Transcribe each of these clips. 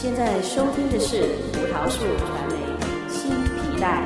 现在收听的是葡萄树传媒新皮带。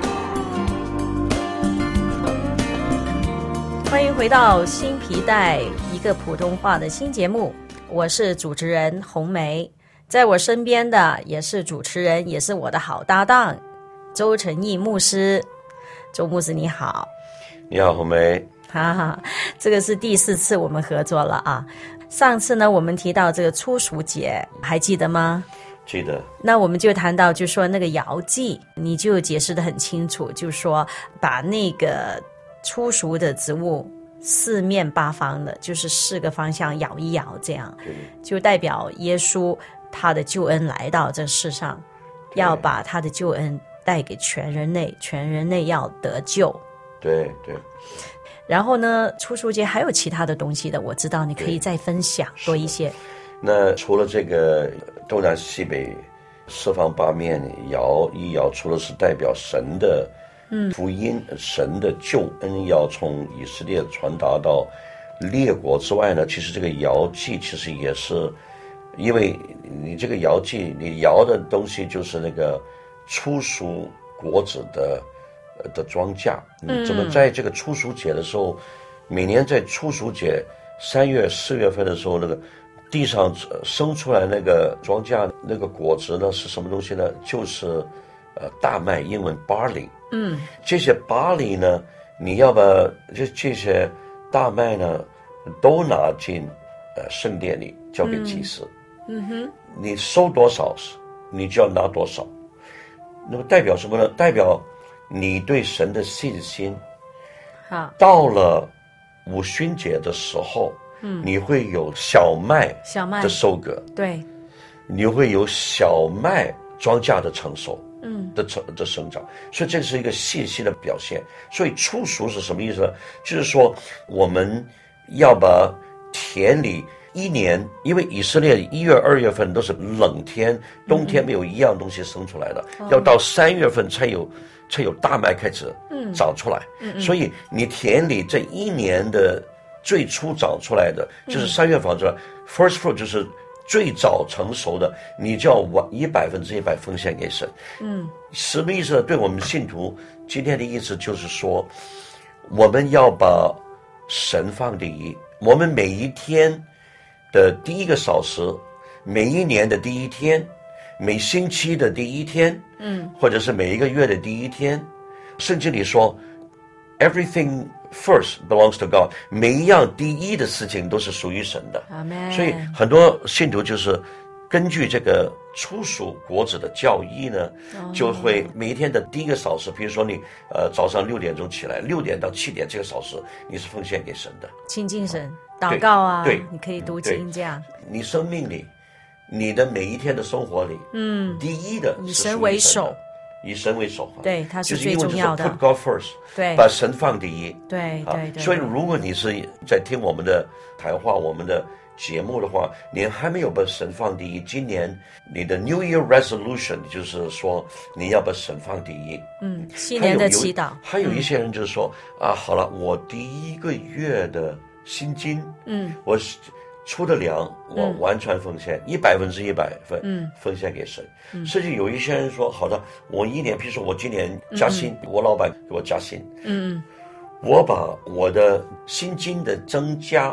欢迎回到新皮带，一个普通话的新节目，我是主持人红梅，在我身边的也是主持人，也是我的好搭档周成义牧师。周牧师你好。 你好红梅。 哈哈，这个是第4次我们合作了啊。上次呢我们提到这个初熟节，还记得吗？ 记得。 那我们就谈到就说那个摇祭，你就解释得很清楚，就说把那个初熟的植物四面八方的，就是4个方向摇一摇，这样就代表耶稣他的救恩来到这世上，要把他的救恩带给全人类，全人类要得救。 对对。 然后呢，初熟节还有其他的东西的，我知道你可以再分享多一些。 那除了这个东南西北四方八面摇一摇，除了是代表神的福音，神的救恩要从以色列传达到列国之外呢，其实这个摇祭其实也是，因为你这个摇祭你摇的东西就是那个初熟果子的庄稼，怎么在这个初熟节的时候，每年在初熟节3月4月份的时候，那个地上生出来那个庄稼那个果子呢是什么东西呢？就是大麦，英文 barley。这些 barley 呢，你要把这些大麦呢都拿进圣殿里交给祭司。你收多少你就要拿多少。那么代表什么呢？代表你对神的信心。 好， 到了五旬节的时候，你会有小麦的收割， 对， 你会有小麦庄稼的成熟，的生长，所以这是一个信心的表现。所以初熟是什么意思呢？就是说我们要把田里一年，因为以色列1月2月份都是冷天，冬天没有一样东西生出来的，要到3月份才有大麦开始长出来。所以你田里这一年的最初长出来的，就是3月份出来 first fruit， 就是最早成熟的，你就要100%奉献给神。什么意思呢？对我们信徒今天的意思就是说，我们要把神放第一，我们每一天的第1个小时，每一年的第1天，每星期的第1天，或者是每一个月的第1天，圣经里说 everything first belongs to God， 每一样第一的事情都是属于神的。 Amen。 所以很多信徒就是根据这个初熟果子的教义呢，就会每一天的第1个小时，比如说你早上6点钟起来，6点到7点这个小时你是奉献给神的，亲近神，祷告啊， 对， 你可以读经这样。 你生命里，你的每一天的生活里，第一的以神为首， 以神为首， 对，它是最重要的。 就是 put God first， 对， 把神放第一。 对对对。 所以如果你是在听我们的谈话，我们的节目的话，你还没有把神放第一，今年你的 New Year Resolution 就是说你要把神放第一。 新年的祈祷。 还有一些人就是说好了，我第1个月的薪金，我出的粮，我完全奉献100%奉献给神。甚至有一些人说，好的，我一年，比如说我今年加薪，我老板给我加薪，我把我的薪金的增加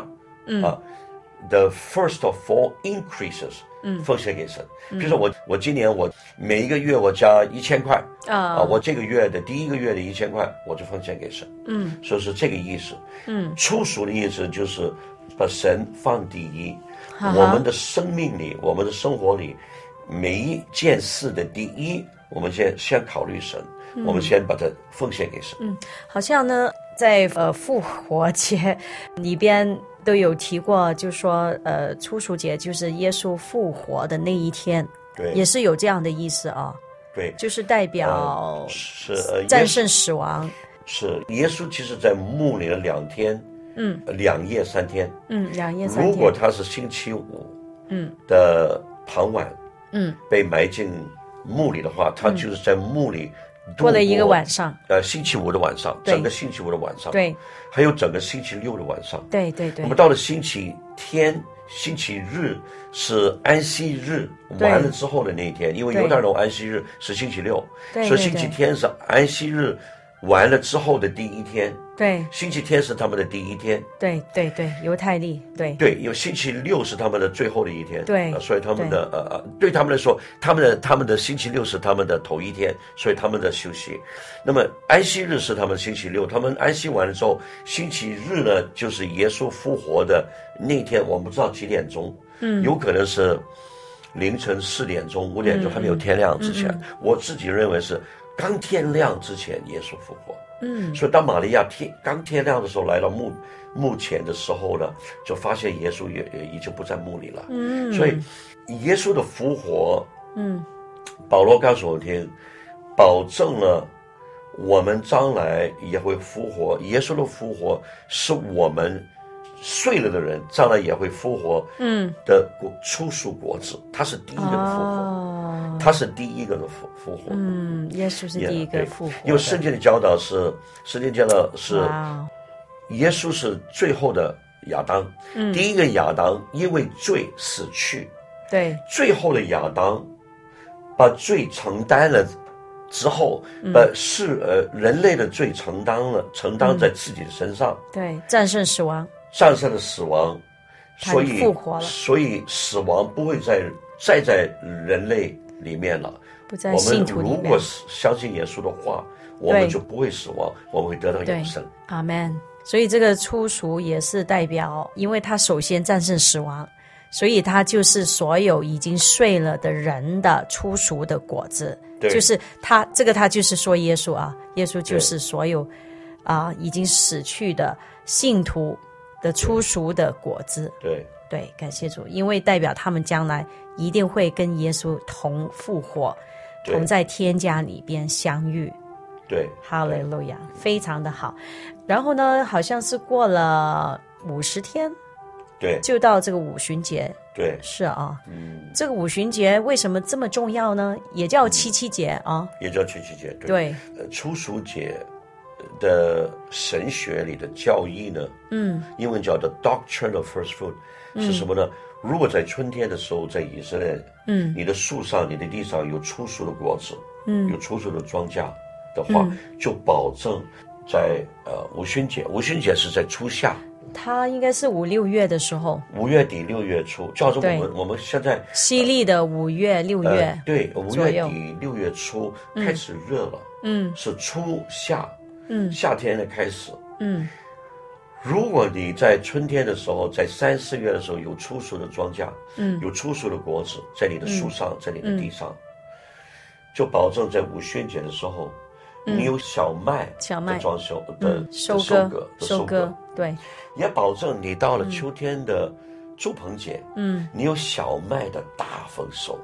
the first of all increases，奉献给神。比如说我今年我每一个月我加1000块我这个月的第1个月的1000块我就奉献给神。所以是这个意思。初熟的意思就是把神放第一，我们的生命里，我们的生活里，每一件事的第一，我们先考虑神，我们先把它奉献给神。 好像呢在复活节里边都有提过，就说初熟节就是耶稣复活的那一天， 对， 也是有这样的意思啊。 对， 就是代表战胜死亡。 是耶稣其实在墓里了2天，2夜3天 ，2夜3天。 如果他是星期五的傍晚被埋进墓里的话，他就是在墓里过了1个晚上， 星期五的晚上，整个星期五的晚上， 对， 还有整个星期六的晚上， 对对对。 那么到了星期天星期日是安息日完了之后的那一天，因为犹太人安息日是星期六，所以星期天是安息日完了之后的第一天。 对， 星期天是他们的第一天。 对对对，犹太历，对对，因为星期六是他们的最后的一天。 对， 所以他们的对他们来说，他们的星期六是他们的头一天，所以他们的休息。那么安息日是他们星期六，他们安息完了之后，星期日呢就是耶稣复活的那天，我们不知道几点钟，有可能是凌晨4点钟、5点钟，还没有天亮之前。我自己认为是刚天亮之前耶稣复活。所以当玛利亚刚天亮的时候来到墓前的时候呢，就发现耶稣也已经不在墓里了。所以耶稣的复活，保罗告诉我们听，保证了我们将来也会复活。耶稣的复活是我们睡了的人将来也会复活的初熟果子，他是第一个的复活，他是第一个的复活。 耶稣是第一个复活的， 因为圣经的教导是耶稣是最后的亚当，第一个亚当因为罪死去， 对， 最后的亚当把罪承担了之后，把人类的罪承担在自己的身上， 对，战胜死亡， 战胜了死亡，所以复活了， 所以死亡不会再在人类里面了。 不在信徒里面。 我们如果相信耶稣的话，我们就不会死亡，我们会得到永生。 阿们。所以这个初熟也是代表，因为他首先战胜死亡，所以他就是所有已经睡了的人的初熟的果子。就是他就是说耶稣啊，耶稣就是所有已经死去的信徒的初熟的果子。对，感谢主，因为代表他们将来一定会跟耶稣同复活，同在天家里边相遇。 对， 哈利路亚，非常的好。然后呢，好像是过了50天， 对， 就到这个五旬节。 对， 是啊，这个五旬节为什么这么重要呢？也叫七七节啊， 也叫七七节。 对， 初熟节的神学里的教义呢，英文叫做 Doctrine of First Fruit，是什么呢？如果在春天的时候，在以色列，你的树上、你的地上有初熟的果子，有初熟的庄稼的话，就保证在五旬节是在初夏， 它应该是5、6月的时候 ，5月底6月初，就好像我们现在西历的5月6月， 对，5月底6月初开始热了，是初夏，夏天的开始，如果你在春天的时候，在3、4月的时候有初熟的庄稼，有初熟的果子在你的树上，在你的地上，就保证在五旬节的时候，你有小麦的装修的收割， 对， 也保证你到了秋天的祝棚节，你有小麦的大丰收。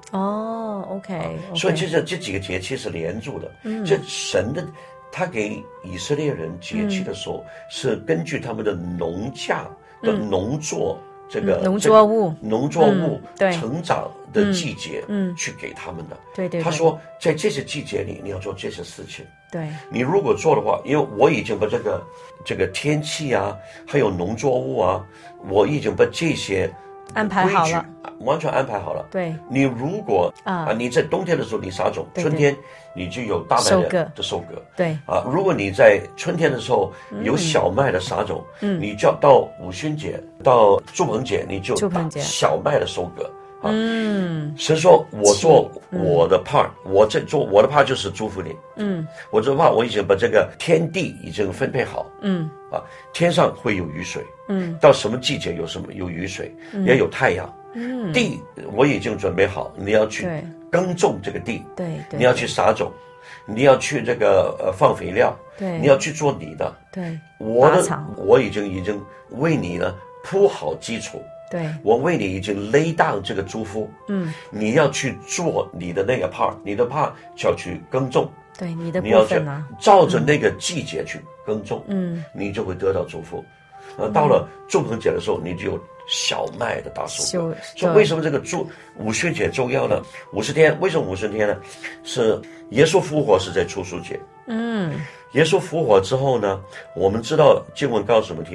OK， 所以这几个节气是连住的，这神的。他给以色列人节气的时候，是根据他们的农价的农作农作物成长的季节，去给他们的。 对， 他说在这些季节里，你要做这些事情。 对， 你如果做的话，因为我已经把这个天气啊，还有农作物啊，我已经把这些安排好了， 完全安排好了。 对， 你如果你在冬天的时候你撒种，春天你就有大麦的收割。 对如果你在春天的时候有小麦的撒种，你就要到五旬节到祝棚节，你就把小麦的收割。神说我做我的 part， 我在做我的 part 就是祝福你。我这 part 我已经把这个天地已经分配好。天上会有雨水。到什么季节有雨水，也有太阳。地我已经准备好，你要去耕种这个地。 对， 你要去撒种，你要去这个放肥料。 对， 你要去做你的。 对， 我已经为你呢铺好基础。 对， 我为你已经lay down这个祝福，你要去做你的那个 part， 你的 part 就要去耕种， 对，你的部分啊， 照着那个季节去耕种，你就会得到祝福。到了祝棚节的时候，你就有小麦的大收割。所以为什么这个五旬节重要呢？50天，为什么50天呢？是耶稣复活是在初熟节。耶稣复活之后呢，我们知道经文告诉我们听，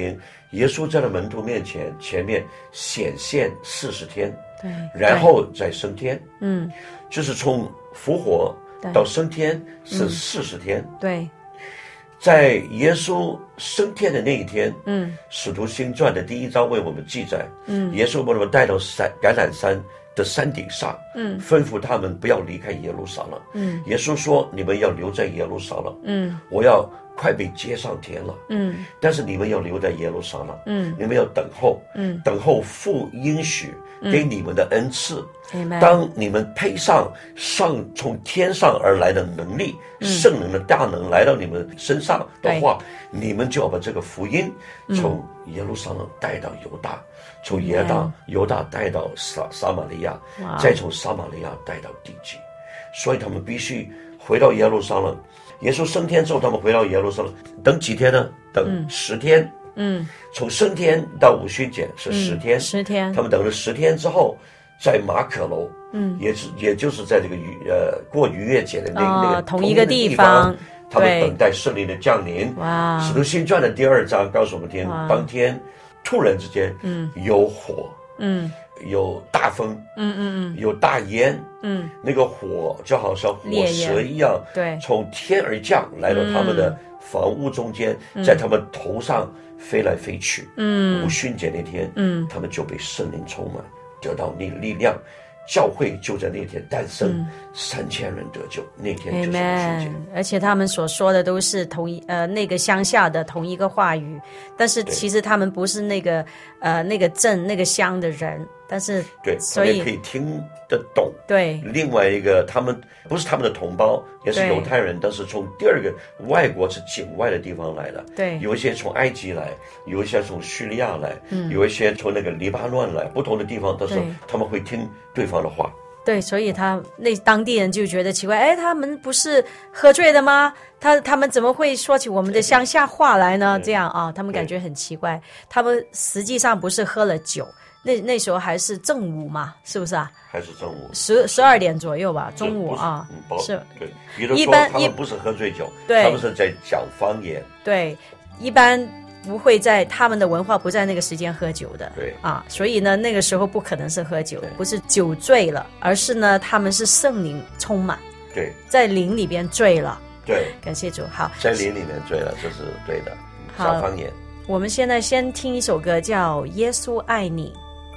耶稣在了门徒前面显现40天， 对， 然后再升天，就是从复活到升天是40天， 对。 在耶稣升天的那一天，使徒行传的第1章为我们记载，耶稣把他们带到橄榄山的山顶上，吩咐他们不要离开耶路撒冷，耶稣说你们要留在耶路撒冷，我要快被接上天了，但是你们要留在耶路撒冷，你们要等候，等候父应许给你们的恩赐，当你们配上从天上而来的能力，圣灵的大能来到你们身上的话，你们就要把这个福音从耶路撒冷带到犹大，从犹大带到撒玛利亚，再从撒玛利亚带到地极。所以他们必须回到耶路撒冷。耶稣升天之后，他们回到耶路撒冷，等几天呢？等10天。从升天到五旬节是10天，10天。他们等了10天之后，在马可楼，也就是在这个过逾越节的那个同一个地方， 他们等待圣灵的降临。使徒行传的第2章告诉我们当天突然之间，有火，有大风，有大烟，那个火就好像火蛇一样， 对， 从天而降，来到他们的房屋中间，在他们头上飞来飞去。五旬节那天，他们就被圣灵充满，得到那个力量。教会就在那天诞生，3000人得救，那天就是五旬节。 而且他们所说的都是那个乡下的同一个话语，但是其实他们不是那个镇那个乡的人，但是对， 所以可以听得懂。 对， 另外一个他们不是他们的同胞，也是犹太人，但是从第2个外国是境外的地方来的。 对， 有一些从埃及来，有一些从叙利亚来，有一些从那个黎巴嫩来，不同的地方，但是他们会听对方的话。 对，所以当地人就觉得奇怪，他们不是喝醉的吗？他们怎么会说起我们的乡下话来呢？这样啊，他们感觉很奇怪。他们实际上不是喝了酒，那时候还是正午嘛，是不是啊？ 还是正午 12点左右吧，中午啊， 是。对，比如说他们不是喝醉酒，他们是在讲方言。 对，一般不会在他们的文化不在那个时间喝酒的， 对啊，所以呢，那个时候不可能是喝酒，不是酒醉了，而是呢，他们是圣灵充满， 对， 在灵里边醉了， 对， 感谢主。好， 在灵里面醉了，这是对的。讲方言。 我们现在先听一首歌，叫《耶稣爱你》。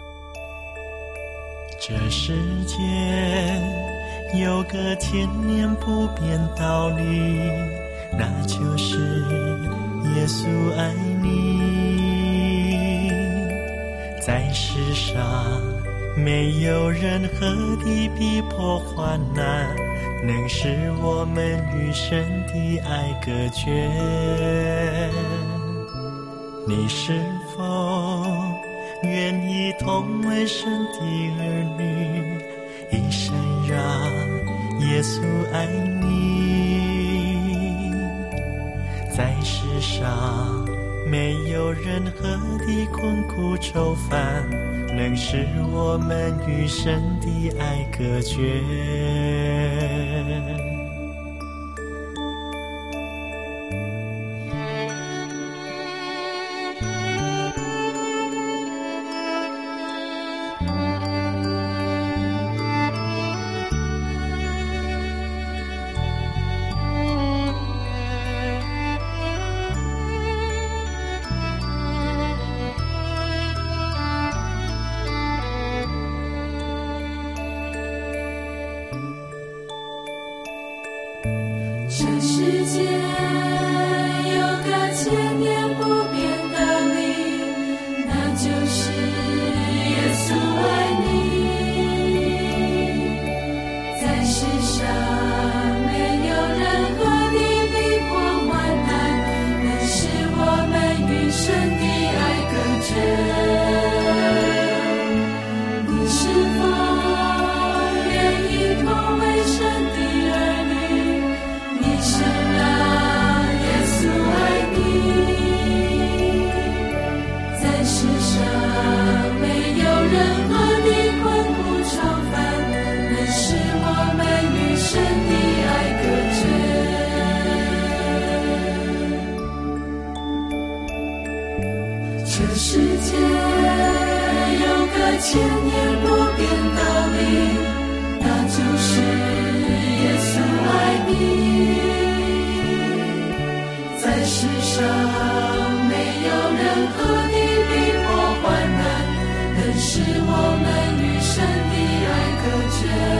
这世间有个千年不变道理，那就是耶稣爱你。在世上没有任何的逼迫患难能使我们与神的爱隔绝。你是否愿意同为神的儿女，一生让耶稣爱你？在世上没有任何的困苦愁烦能使我们与神的爱隔绝。 这世间有个千年不变的理，那就是耶稣爱你。在世上没有任何的逼迫患难能使我们与神的爱隔绝。你是否愿意同为神的儿女？你是那千年不变道理，那就是耶稣爱你。在世上没有任何的逼迫患难能使我们与神的爱隔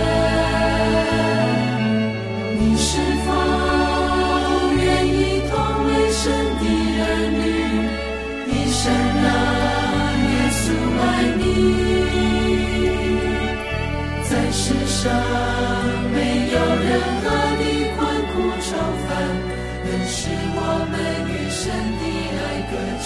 绝。你是否愿意同为神的儿女，一生让耶稣爱你？在世上没有任何的困苦愁烦能使我们与神的爱隔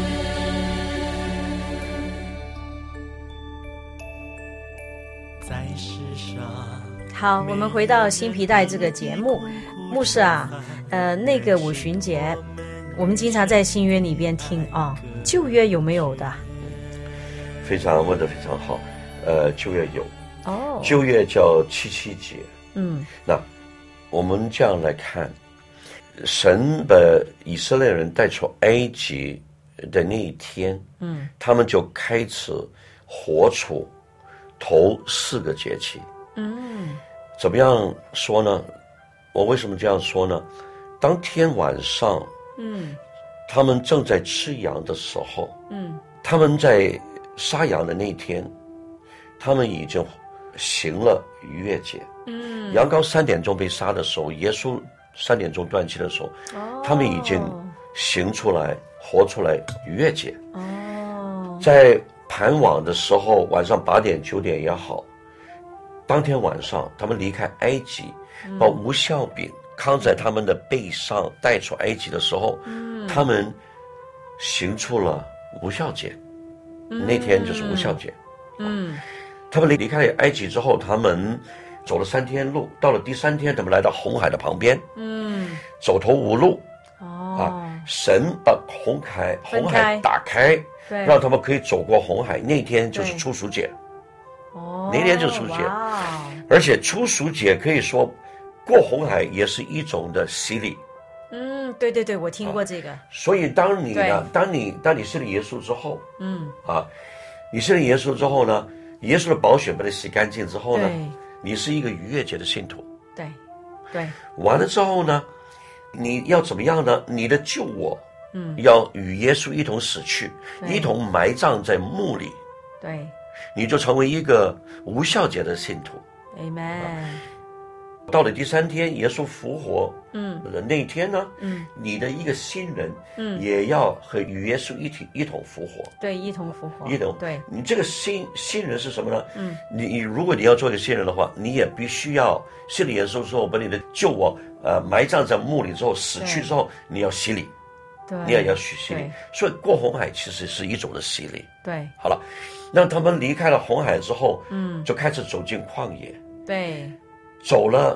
绝。在世上， 好，我们回到新皮带这个节目，牧师啊，那个五旬节，我们经常在新约里边听啊，旧约有没有的？ 非常问得非常好，旧约有，旧约叫七七节，那我们这样来看，神把以色列人带出埃及的那一天，他们就开始活出头4个节气，怎么样说呢？我为什么这样说呢？当天晚上，他们正在吃羊的时候，他们在杀羊的那天，他们已经行了逾越节。羊羔3点钟被杀的时候，耶稣3点钟断气的时候，他们已经行出来、活出来逾越节。在盘网的时候，晚上8点、9点也好，当天晚上他们离开埃及，把无酵饼扛在他们的背上带出埃及的时候，他们行出了无酵节。那天就是无酵节。他们离开了埃及之后，他们走了3天路，到了第3天，他们来到红海的旁边，走投无路，神把红海打开，让他们可以走过红海。那天就是初熟节，那天就是初熟节，而且初熟节可以说过红海也是一种的洗礼。 对对对，我听过这个。 所以当你呢，当你信了耶稣之后，你信了耶稣之后呢，耶稣的宝血把你洗干净之后呢，你是一个逾越节的信徒。对，完了之后呢，你要怎么样呢？你的旧我，要与耶稣一同死去，一同埋葬在墓里。 对， 你就成为一个无酵节的信徒。 Amen。 到了第3天，耶稣复活，那天呢，你的一个新人，也要和与耶稣一同复活。 对，一同复活。对， 你这个新人是什么呢？你如果你要做一个新人的话，你也必须要信了耶稣之后，把你的旧我埋葬在墓里之后，死去之后，你要洗礼。你也要洗礼。所以过红海其实是一种的洗礼。 对， 好了，那他们离开了红海之后，就开始走进旷野。 对。 走了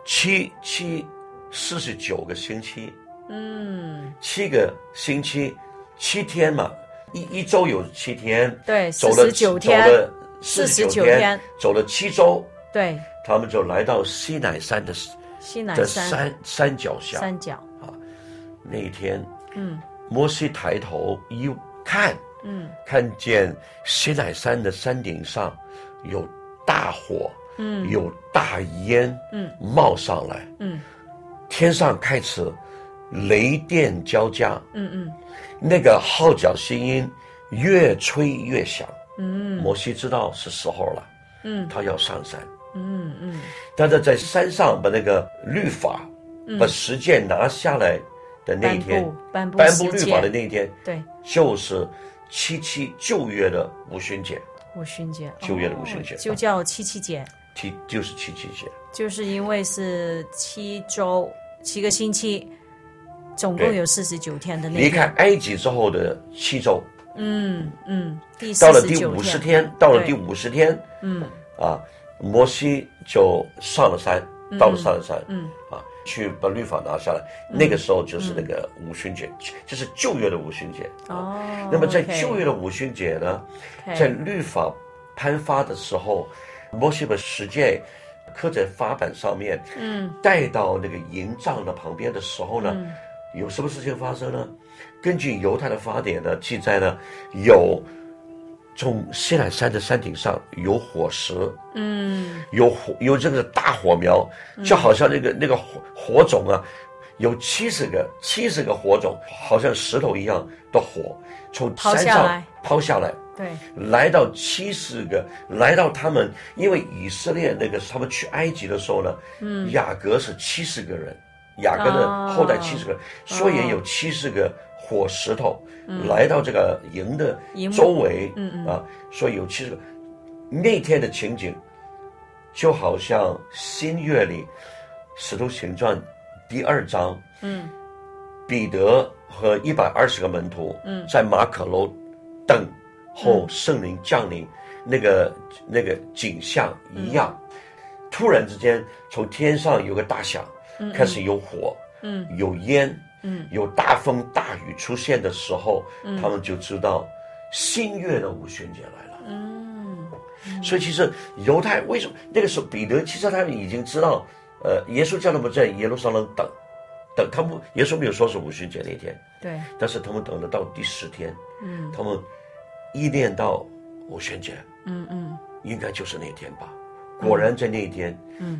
49个星期，7个星期，7天嘛，一周有7天， 对，49天， 走了49天，走了7周， 对， 他们就来到西乃山的山脚下，那一天，摩西抬头一看，看见西乃山的山顶上有大火。有大烟冒上来，天上开始雷电交加，那个号角声音越吹越响，摩西知道是时候了，他要上山，但是在山上把那个律法，把十诫拿下来的那一天，颁布律法的那一天， 对， 就是77旧约的五旬节，旧约的五旬节就叫77节。 就是77节， 就是因为是7周7个星期，总共有49天的那天。 离开埃及之后的7周， 到了第50天，到了第50天，摩西就上了山，到了上了山，去把律法拿下来。那个时候就是那个五旬节，就是旧约的五旬节。那么在旧约的五旬节呢，在律法颁发的时候。摩西把十诫刻在法版上面，带到那个营帐的旁边的时候呢，有什么事情发生呢？根据犹太的法典呢记载呢，有从西乃山的山顶上有火石，有这个大火苗，就好像那个火种啊，有70个火种，好像石头一样的火从山上抛下来。 对， 来到70个，来到他们，因为以色列那个他们去埃及的时候呢，雅各是70个人，雅各的后代70个人，所以有70个火石头来到这个营的周围，所以有70个。那天的情景就好像新约里使徒行传第2章，彼得和120个门徒在马可楼等候圣灵降临那个景象一样。突然之间从天上有个大响，开始有火，有烟，有大风大雨出现的时候，他们就知道新约的五旬节来了。所以其实犹太为什么那个时候彼得其实他们已经知道，耶稣叫他们在耶路撒冷等，他们耶稣没有说是五旬节那天， 对， 但是他们等了到第10天，他们一念到五旬节，应该就是那天吧。果然在那一天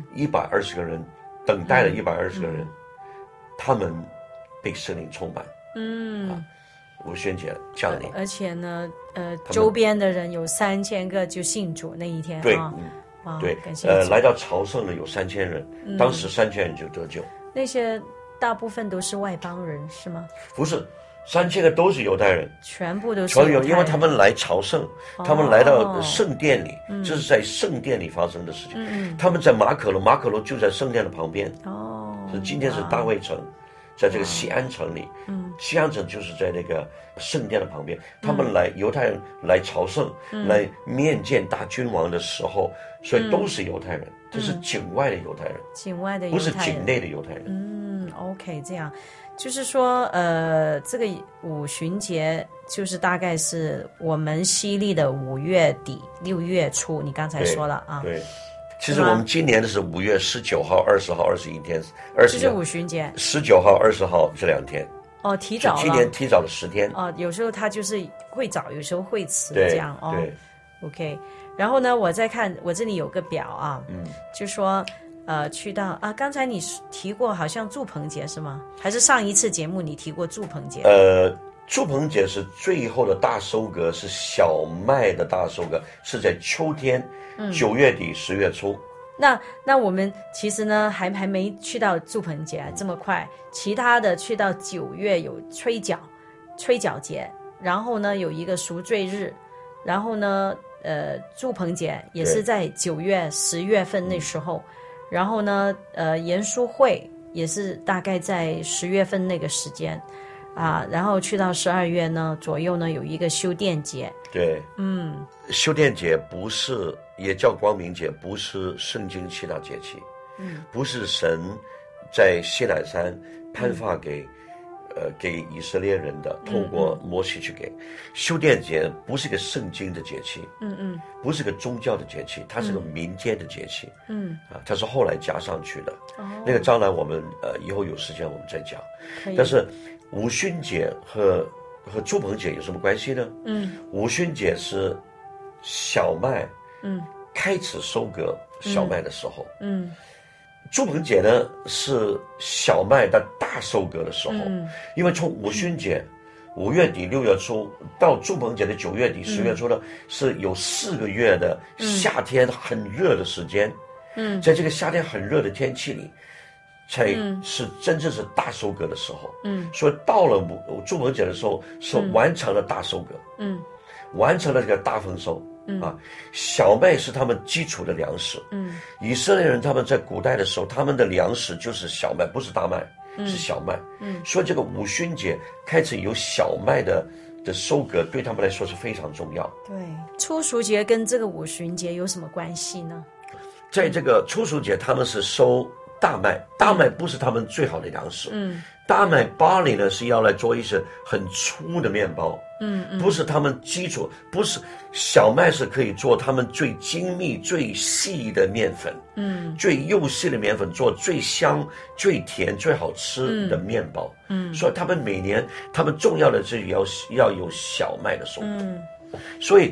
，120个人等待了120个人，他们被圣灵充满，五旬节降临， 而且呢，周边的人有3000个就信主那一天， 对， 对， 来到朝圣的有3000人，当时3000人就得救。 那些大部分都是外邦人是吗？ 不是，3000个都是犹太人， 全部都是犹太人， 因为他们来朝圣，他们来到圣殿里，这是在圣殿里发生的事情。他们在马可楼就在圣殿的旁边，今天是大卫城，在这个西安城里，西安城就是在那个圣殿的旁边。他们犹太人来朝圣，来面见大君王的时候，所以都是犹太人，这是境外的犹太人，不是境内的犹太人。 OK， 这样。就是说，这个五旬节就是大概是我们西历的5月底6月初，你刚才说了啊。 对，其实我们今年的是5月19号、20号、21天，20 就是五旬节 ，19号、20号这2天。 提早了。 今年提早了10天。 有时候它就是会早，有时候会迟，这样哦。 对 ，OK。然后呢，我再看我这里有个表啊，就说。去到刚才你提过好像祝棚节是吗？还是上一次节目你提过祝棚节？ 祝棚节是最后的大收割，是小麦的大收割，是在秋天，9月底10月初。 那我们其实呢还没去到祝棚节这么快，其他的去到9月有吹角节，然后呢有一个赎罪日，然后呢祝棚节也是在9月10月份那时候。然后呢，研书会也是大概在10月份那个时间，然后去到12月呢左右呢有一个修殿节。 对，修殿节不是也叫光明节，不是圣经7大节期，不是神在西乃山颁发给以色列人的，透过摩西去给。修殿节不是个圣经的节期，不是个宗教的节期，它是个民间的节期，它是后来加上去的。那个将来我们以后有时间我们再讲。但是五旬节和祝棚节有什么关系呢？五旬节是小麦开始收割小麦的时候，祝棚节呢是小麦的大收割的时候，因为从五旬节5月底6月初到祝棚节的9月底10月初呢，是有4个月的夏天很热的时间，在这个夏天很热的天气里，才是真正是大收割的时候，所以到了祝棚节的时候是完成了大收割，完成了这个大丰收。小麦是他们基础的粮食。以色列人他们在古代的时候，他们的粮食就是小麦，不是大麦，是小麦。所以这个五旬节开始有小麦的收割，对他们来说是非常重要。 对，初熟节跟这个五旬节有什么关系呢？ 在这个初熟节，他们是收大麦，大麦不是他们最好的粮食。大麦barley呢是要来做一些很粗的面包。不是他们基础，不是小麦是可以做他们最精密、最细的面粉，最幼细的面粉做最香、最甜、最好吃的面包。所以他们每年他们重要的是要有小麦的收割。所以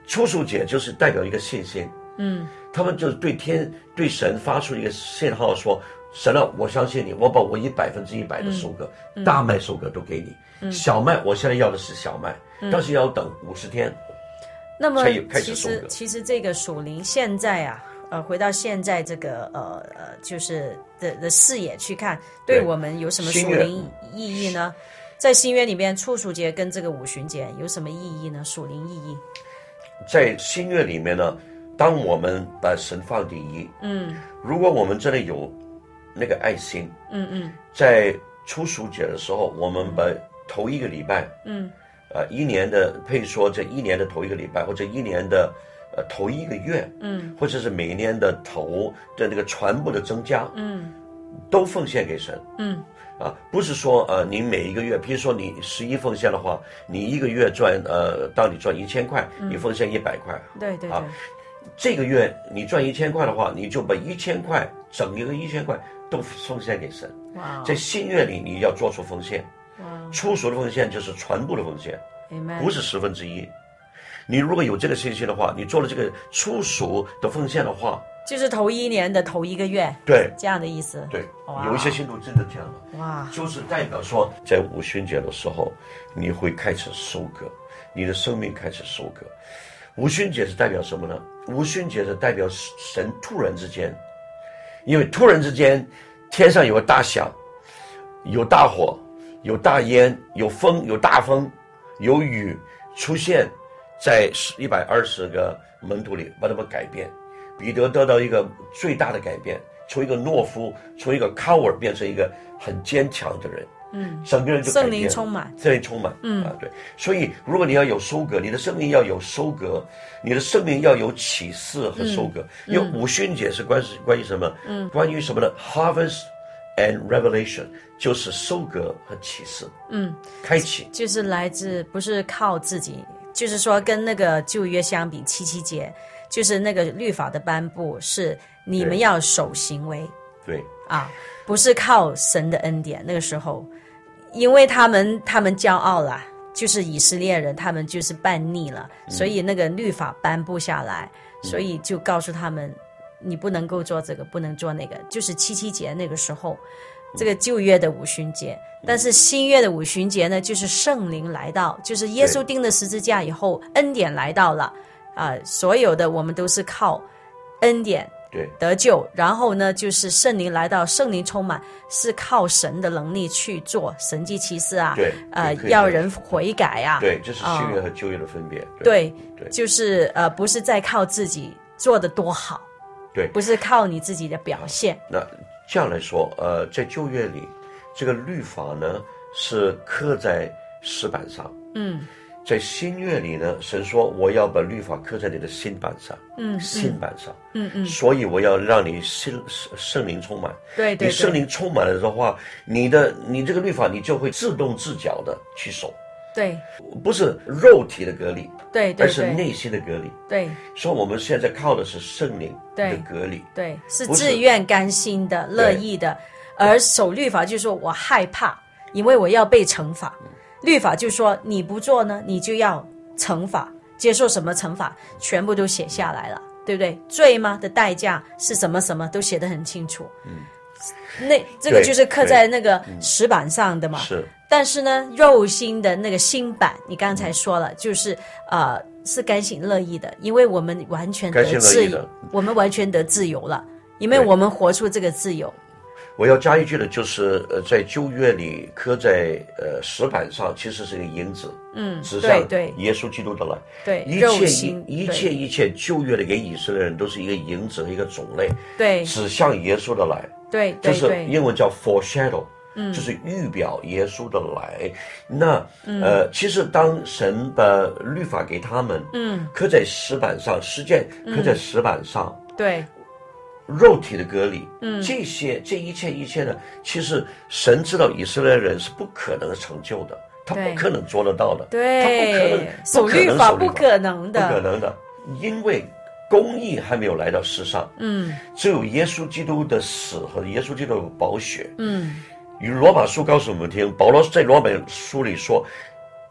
初熟节就是代表一个信心，他们就是对神发出一个信号说，神啊，我相信你，我把我100%的收割，大麦收割都给你，小麦我现在要的是小麦，但是要等50天。 那么开始收割。 其实这个属灵现在啊，回到现在这个就是的视野去看，对我们有什么属灵意义呢？在新约里面，初熟节跟这个五旬节有什么意义呢？属灵意义？ 在新约里面呢，当我们把神放第一，如果我们真的有那个爱心，在初熟节的时候，我们把头一个礼拜，一年的，可以说这一年的头一个礼拜，或者一年的头一个月，或者是每一年的头的那个全部的增加，都奉献给神，不是说你每一个月，比如说你11奉献的话，你一个月当你赚1000块，你奉献100块， 对， 这个月你赚1000块的话，你就把1000块整一个1000块都奉献给神。在新月里你要做出奉献，初熟的奉献就是全部的奉献，不是1/10。你如果有这个信心的话，你做了这个初熟的奉献的话， 就是头一年的头一个月， 对， 这样的意思。 对，有一些信徒真的这样的，就是代表说，在五旬节的时候，你会开始收割，你的生命开始收割。五旬节是代表什么呢？五旬节是代表神突然之间，因为突然之间，天上有个大响，有大火，有大烟，有风，有大风，有雨出现在120个门徒里，把他们改变。彼得得到一个最大的改变，从一个懦夫，从一个 coward 变成一个很坚强的人，整个人就改变了，圣灵充满，对。所以如果你要有收割，你的生命要有收割，你的生命要有启示和收割。因为五旬节是关于什么？关于什么呢？ Harvest and revelation， 就是收割和启示，开启， 就是来自不是靠自己，就是说跟那个旧约相比，七七节就是那个律法的颁布是你们要守行为， 对不是靠神的恩典。那个时候因为他们骄傲了，就是以色列人他们就是叛逆了，所以那个律法颁布下来，所以就告诉他们你不能够做这个，不能做那个，就是七七节那个时候，这个旧约的五旬节。但是新约的五旬节呢，就是圣灵来到，就是耶稣钉了十字架以后，恩典来到了所有的我们都是靠恩典得救，然后呢就是圣灵来到，圣灵充满是靠神的能力去做神迹奇事要人悔改对，这是新约和旧约的分别， 对，就是不是在靠自己做得多好， 对， 不是靠你自己的表现。 那这样来说在旧约里这个律法呢是刻在石板上，在新约里呢，神说我要把律法刻在你的心板上，心板上，所以我要让你圣灵充满， 对， 你圣灵充满了的话，你这个律法你就会自动自觉的去守， 对， 不是肉体的隔离， 对， 而是内心的隔离， 对， 所以我们现在靠的是圣灵的隔离， 对，是自愿甘心的乐意的，而守律法就是说我害怕，因为我要被惩罚。律法就说你不做呢，你就要惩罚，接受什么惩罚，全部都写下来了，对不对？罪吗的代价是什么什么都写得很清楚。这个就是刻在那个石板上的嘛。是。但是呢，肉心的那个心板，你刚才说了，就是是甘心乐意的，因为我们完全得自由，我们完全得自由了，因为我们活出这个自由。 我要加一句的就是在旧约里刻在石板上其实是个影子，指向耶稣基督的来， 对， 一切旧约的给以色列人都是一个影子和一个种类， 对， 指向耶稣的来， 对， 就是英文叫 foreshadow，就是预表耶稣的来。那其实当神把律法给他们，刻在石板上，实践刻在石板上， 对。 肉体的隔离，这一切呢，其实神知道以色列人是不可能成就的，他不可能做得到的， 对， 他不可能守律法，不可能的， 因为公义还没有来到世上，只有耶稣基督的死和耶稣基督的宝血，与罗马书告诉我们听，保罗在罗马书里说，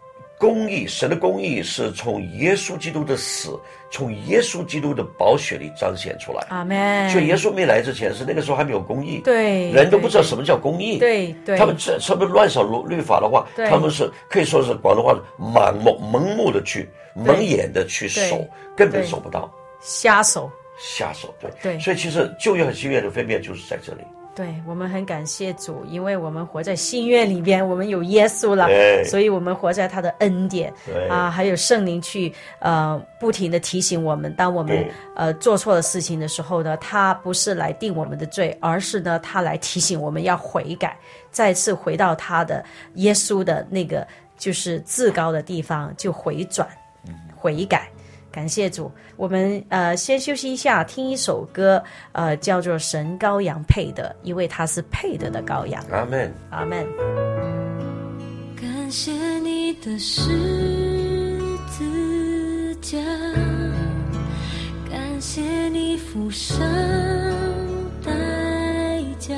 公义，神的公义是从耶稣基督的死，从耶稣基督的宝血里彰显出来。 阿们。 所以耶稣没来之前，是那个时候还没有公义， 对， 人都不知道什么叫公义。 对对， 他们这么乱扫律法的话，他们是可以说是广东话盲目的去蒙眼的去守，根本守不到， 瞎守。 对，所以其实旧约和新约的分辨就是在这里。 对，我们很感谢主，因为我们活在新约里边，我们有耶稣了，所以我们活在他的恩典啊，还有圣灵去不停的提醒我们，当我们做错了事情的时候呢，他不是来定我们的罪，而是呢他来提醒我们要悔改，再次回到他的耶稣的那个就是至高的地方，就回转悔改。感谢主，我们先休息一下，听一首歌，叫做《神羔羊配得》，因为他是配得的羔羊。 阿们， 阿们。 感谢你的十字架，感谢你付上代价，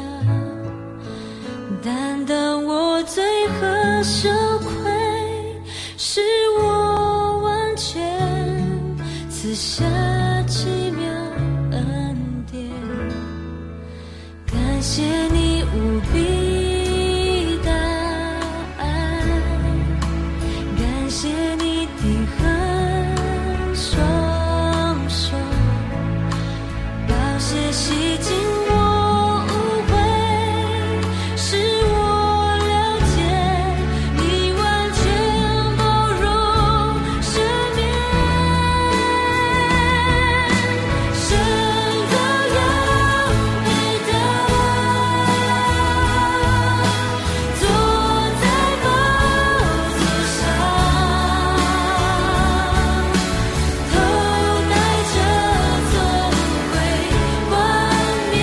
担当我罪和羞愧，使我完全赐下奇妙恩典，感谢你无比大爱，感谢你的很双手，宝血洗净我污秽，使我了解你完全包容赦免。神羔羊配得，坐在宝座上，头戴着尊贵冠冕，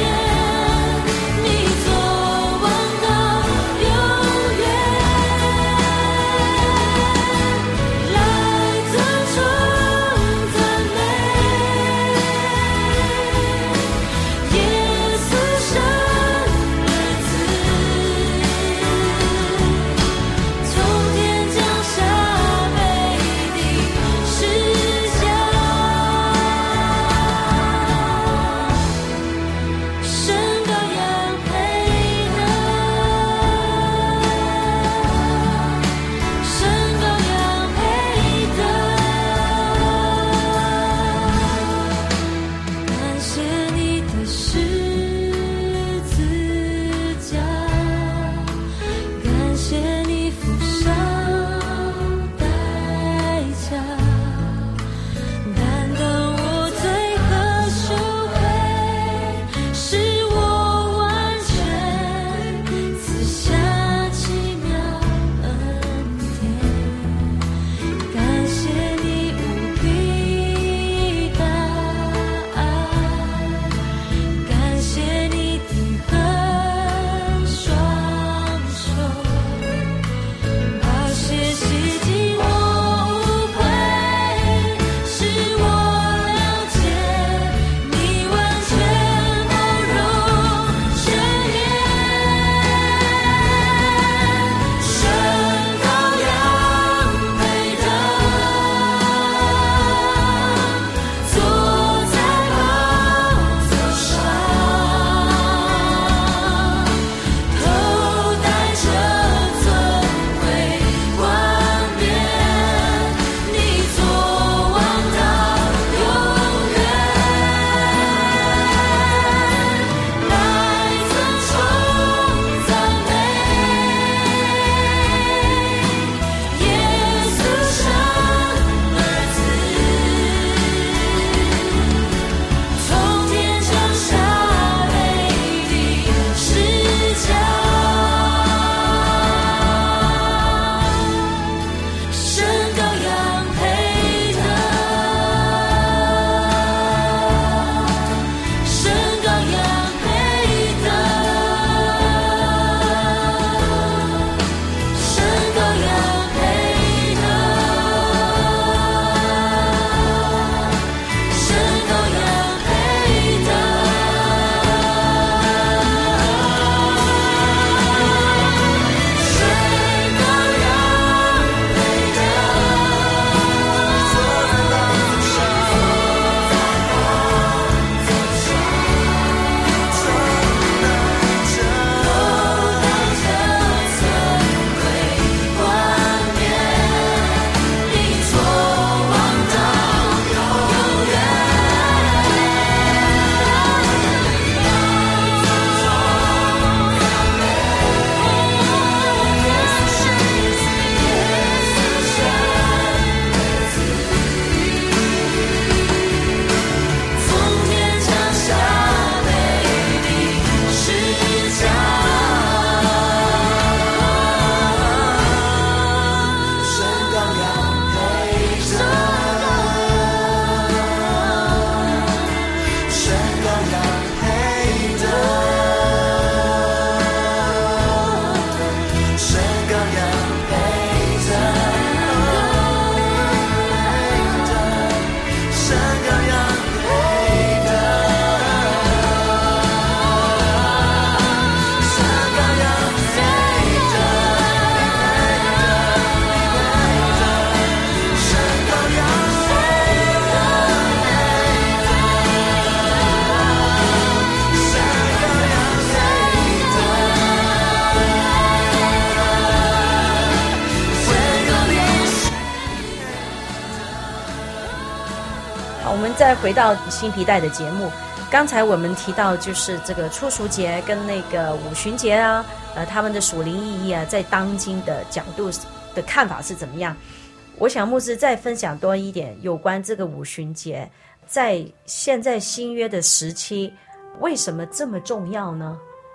再回到新皮带的节目，刚才我们提到就是这个初熟节跟那个五旬节啊，他们的属灵意义啊，在当今的角度的看法是怎么样？我想牧师再分享多一点有关这个五旬节，在现在新约的时期，为什么这么重要呢？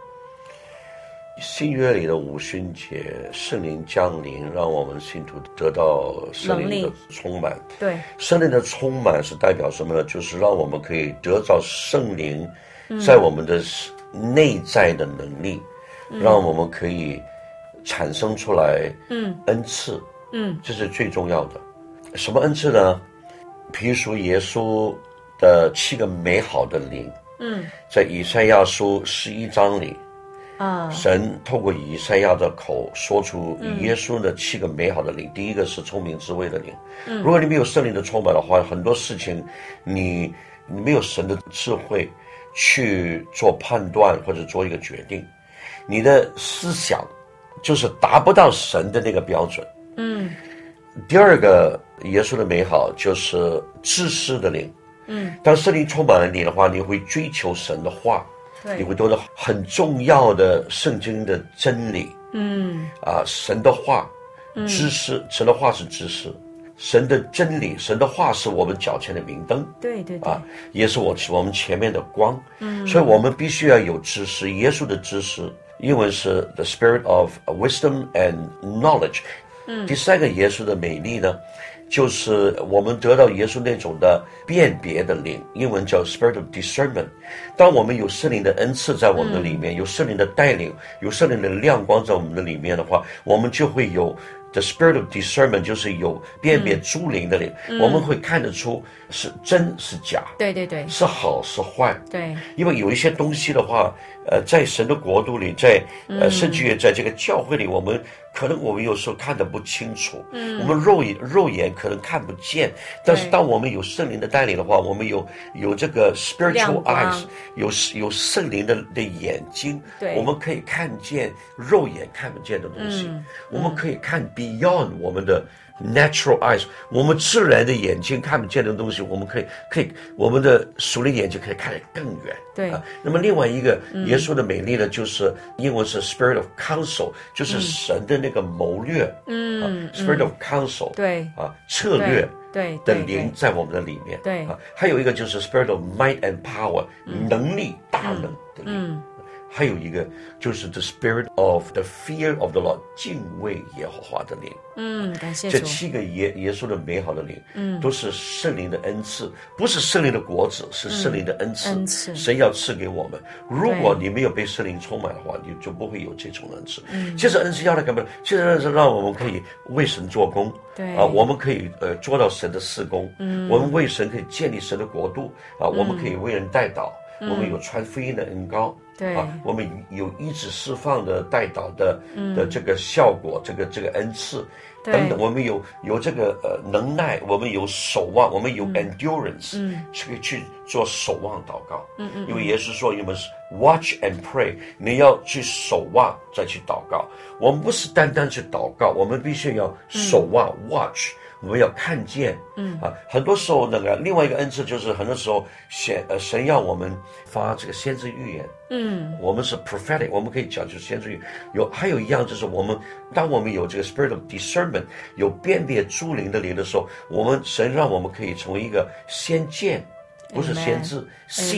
新约里的五旬节，圣灵降临，让我们信徒得到圣灵的充满。 对， 圣灵的充满是代表什么呢？就是让我们可以得到圣灵在我们的内在的能力，让我们可以产生出来恩赐。这是最重要的。什么恩赐呢？譬如说耶稣的7个美好的灵，在以赛亚书11章里。神透过以赛亚的口说出耶稣的7个美好的灵。第一个是聪明智慧的灵。如果你没有圣灵的充满的话，很多事情你没有神的智慧去做判断或者做一个决定，你的思想就是达不到神的那个标准。第二个耶稣的美好就是知识的灵。当圣灵充满了你的话，你会追求神的话，你会得到很重要的圣经的真理。神的话，知识，神的话是知识，神的真理，神的话是我们脚前的明灯。 对， 也是我们前面的光。所以我们必须要有知识，耶稣的知识，英文是 the spirit of wisdom and knowledge。第三个耶稣的美丽呢，就是我们得到耶稣那种的辨别的灵，英文叫 spirit of discernment。当我们有圣灵的恩赐在我们的里面，有圣灵的带领，有圣灵的亮光在我们的里面的话，我们就会有 the spirit of discernment， 就是有辨别诸灵的灵。我们会看得出是真是假， 对， 是好是坏。 对， 因为有一些东西的话，在神的国度里，在甚至于在这个教会里，我们有时候看得不清楚，我们肉眼可能看不见，但是当我们有圣灵的带领的话，我们有这个 spiritual eyes， 有圣灵的眼睛，我们可以看见肉眼看不见的东西，我们可以看 beyond 我们的 natural eyes， 我们自然的眼睛看不见的东西，我们可以我们的属灵眼睛可以看得更远。 对， 那么另外一个耶稣的美丽呢，就是英文是 spirit of counsel， 就是神的那个谋略。spirit of counsel， 对， 策略的对灵在我们的里面。 对， 还有一个就是 spirit of might and power，能力大能的灵。还有一个就是 the spirit of the fear of the Lord， 敬畏耶和华的灵。 感谢主。 这7个耶稣的美好的灵，都是圣灵的恩赐，不是圣灵的果子，是圣灵的恩赐。神要赐给我们。如果你没有被圣灵充满的话，你就不会有这种恩赐。其实恩赐要来干嘛？其实恩赐让我们可以为神做工。我们可以做到神的事工。我们为神可以建立神的国度。我们可以为人代祷。我们有传福音的恩膏。我们有医治释放的代祷的这个效果，这个恩赐等等，我们有这个能耐，我们有守望，我们有 endurance，去做守望祷告。因为耶稣说你们是 watch and pray， 你要去守望再去祷告。我们不是单单去祷告，我们必须要守望 watch。我们要看见，很多时候另外一个恩赐就是很多时候神要我们发这个先知预言，我们是 prophetic， 我们可以讲就是先知预言。还有一样就是当我们有这个 spirit of discernment， 有辨别诸灵的灵的时候，神让我们可以成为一个先见，不是先知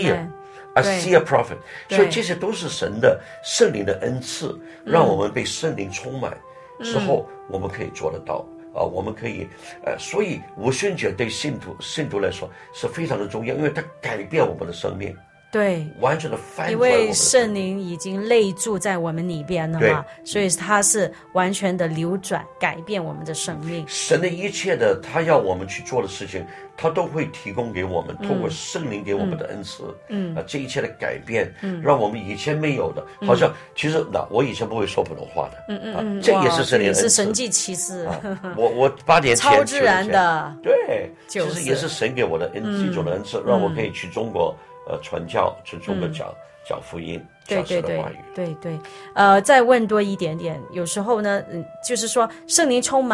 seer。seer prophet， 所以这些都是神的圣灵的恩赐，让我们被圣灵充满之后，我们可以做得到。我们可以所以五旬节对信徒来说是非常的重要，因为它改变我们的生命。 对， 完全的翻转我们的生命， 因为圣灵已经内住在我们里边了嘛，所以它是完全的流转改变我们的生命。 神的一切的他要我们去做的事情，他都会提供给我们，通过圣灵给我们的恩赐。这一切的改变，让我们以前没有的，好像其实我以前不会说普通话的，这也是圣灵的恩赐， 是神迹奇事。 我8年前超自然的， 对，其实也是神给我的一种的恩赐，让我可以去中国传教，去中国讲福音，讲神的话语。 对，再问多一点点，有时候呢，就是说圣灵充满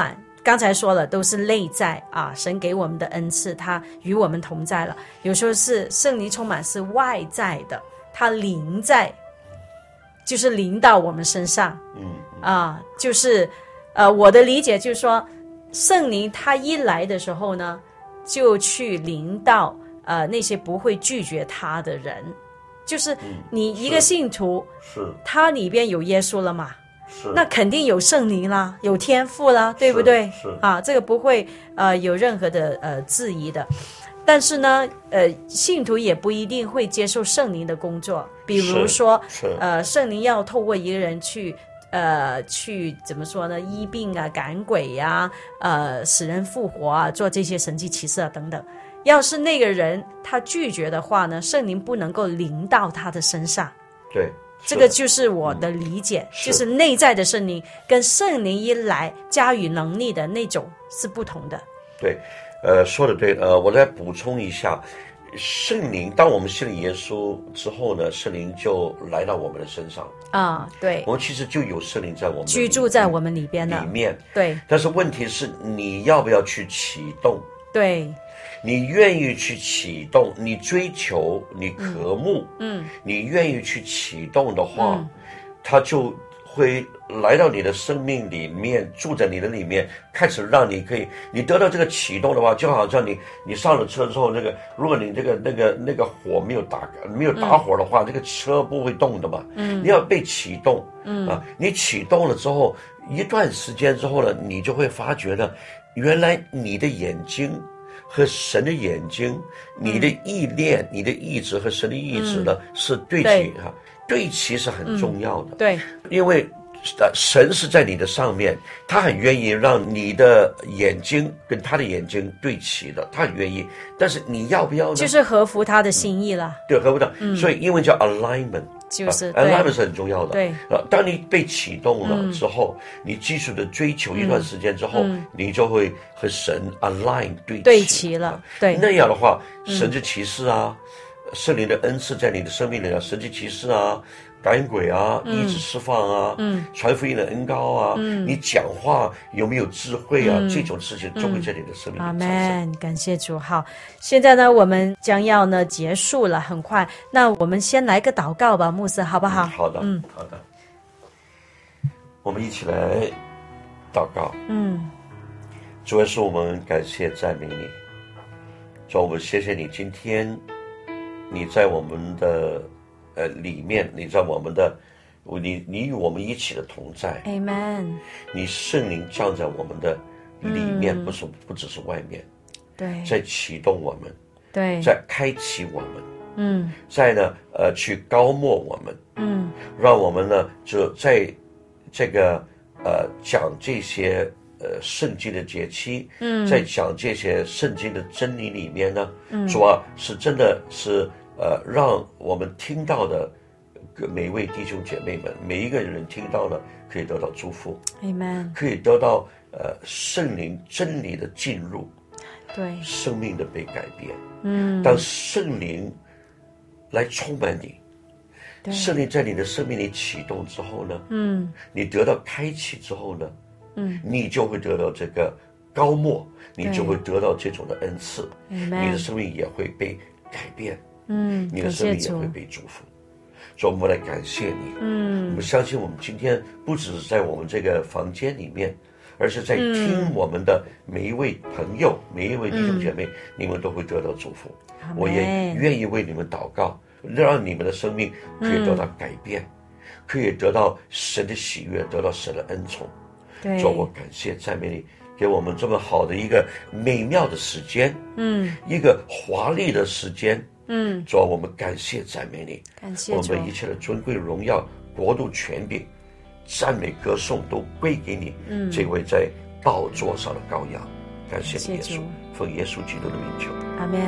刚才说了，都是内在啊，神给我们的恩赐，他与我们同在了。有时候是圣灵充满是外在的，他临在，就是临到我们身上。就是我的理解就是说，圣灵他一来的时候呢，就去临到那些不会拒绝他的人。就是你一个信徒， 是他里边有耶稣了嘛？ 是， 那肯定有圣灵啦，有天父啦，对不对？ 是这个不会有任何的质疑的。但是呢，信徒也不一定会接受圣灵的工作，比如说，圣灵要透过一个人去怎么说呢？医病啊，赶鬼呀，使人复活啊，做这些神迹奇事啊等等。要是那个人他拒绝的话呢，圣灵不能够临到他的身上。 对， 这个就是我的理解，就是内在的圣灵跟圣灵一来加予能力的那种是不同的。 对，说的对。我再补充一下，圣灵当我们信了耶稣之后呢，圣灵就来到我们的身上对， 我们其实就有圣灵在我们居住在我们里边了。对， 但是问题是你要不要去启动？ 对， 你愿意去启动，你追求，你渴慕，你愿意去启动的话，它就会来到你的生命里面，住在你的里面，开始让你可以，你得到这个启动的话，就好像你上了车之后，如果你那个火没有打火的话，这个车不会动的嘛。你要被启动，你启动了之后，一段时间之后呢，你就会发觉呢，原来你的眼睛和神的眼睛，你的意念、你的意志和神的意志呢，是对齐对齐是很重要的。 对， 因为神是在你的上面，他很愿意让你的眼睛跟他的眼睛对齐的，他很愿意。但是你要不要呢？ 就是合乎他的心意了。 对，合乎他。所以英文叫 alignment。 就是 alignment 是很重要的。 对， 当你被启动了之后，你继续的追求一段时间之后，你就会和神 align 对齐了。对， 那样的话，神之奇事啊，圣灵的恩赐在你的生命里啊，神之奇事啊，赶鬼啊，医治释放啊，传福音的恩膏啊，你讲话有没有智慧啊，这种事情就会在你的生命里产生。 阿们，感谢主。好，现在呢，我们将要呢结束了，很快。那我们先来个祷告吧，牧师，好不好？ 好的，好的。我们一起来祷告。主耶稣，我们感谢赞美你。主，我们谢谢你，今天你在我们的里面，你在我们的你与我们一起的同在。 Amen。 你圣灵降在我们的里面，不只是外面。 对。 在启动我们。 对。 在开启我们。在呢去高抹我们。让我们呢就在这个讲这些圣经的节期，在讲这些圣经的真理里面呢，主啊，是真的是让我们听到的每一位弟兄姐妹们，每一个人听到了可以得到祝福 Amen， 可以得到圣灵真理的进入， 对， 生命的被改变。当圣灵来充满你，圣灵在你的生命里启动之后呢，你得到开启之后呢，你就会得到这个高抹，你就会得到这种的恩赐，你的生命也会被改变，你的生命也会被祝福。所以我们来感谢你，我们相信我们今天不只是在我们这个房间里面，而是在听我们的每一位朋友，每一位弟兄姐妹，你们都会得到祝福。我也愿意为你们祷告，让你们的生命可以得到改变，可以得到神的喜悦，得到神的恩宠。主，我感谢赞美你，给我们这么好的一个美妙的时间，一个华丽的时间。主，我们感谢赞美你， 感谢我们一切的尊贵荣耀、国度、权柄、赞美、歌颂都归给你，这位在宝座上的羔羊。感谢你，耶稣，奉耶稣基督的名求， 阿们。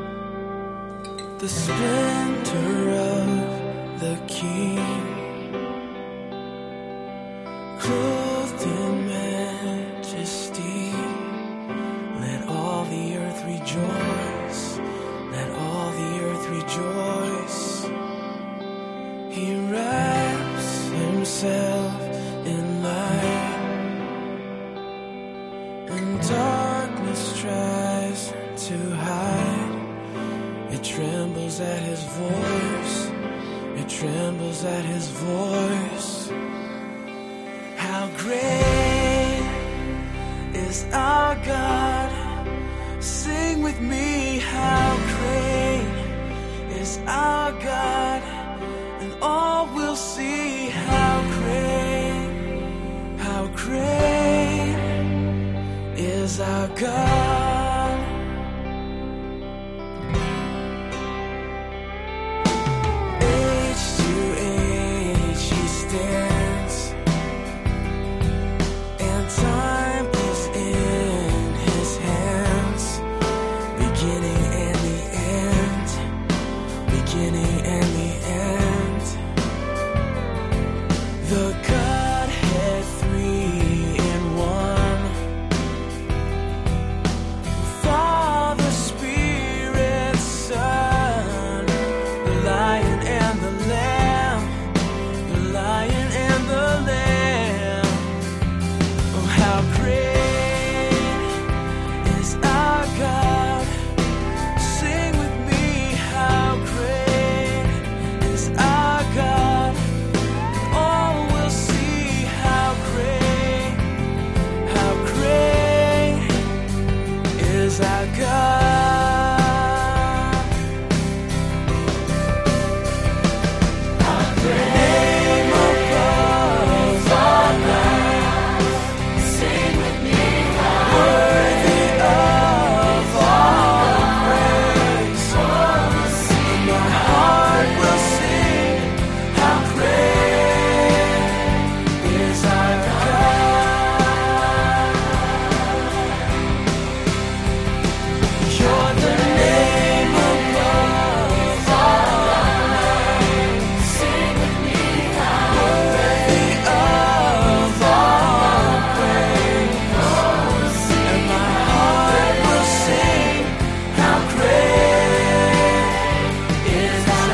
The splendor of the King, clothed in majesty, let all the earth rejoice, let all the earth rejoice. He wraps himself in light trembles at his voice. How great is our God? Sing with me, how great is our God, and all will see how great is our God. Age to age he stands, and time is in his hands. Beginning and the end, beginning and the end. The Godhead three in one. Father, Spirit, Son, the Lion and the Lamb, the Lion and the Lamb. Oh, how great is our God. Sing with me, how great is our God. All will see how great is our God. Name above all names. Sing with me, how worthy of all praise. And my heart will sing, how great is our God. You're the name above all names. Sing with me, how worthy of all praise. And my heart will sing, how great is our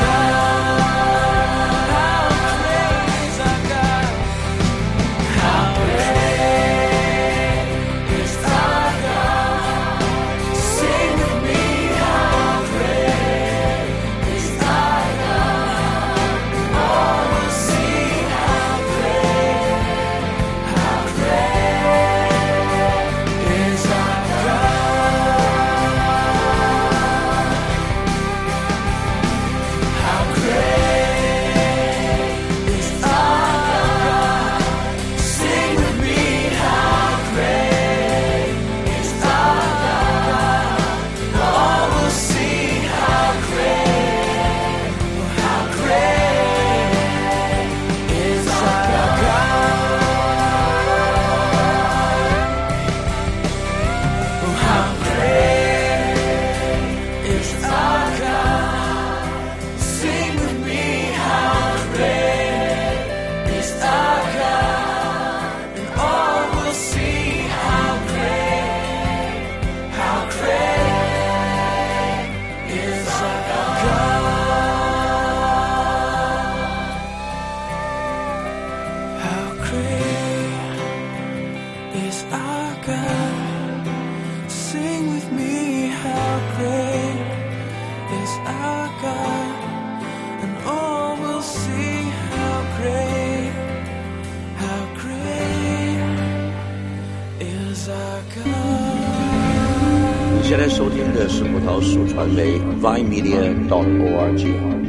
God. How great is our God. How great is our God. Sing with me, how great is our God. All will see how great is our God. How great is our God. Sing with me, how great is our God. All will see how great is our God. Oh, how great is our God. Sing with me, how great is our God. And all will see how great is our God. How great is our God. Sing with me, how great is our God. And all will see how great is our God. 你现在收听的是葡萄树传媒 vinemedia.org。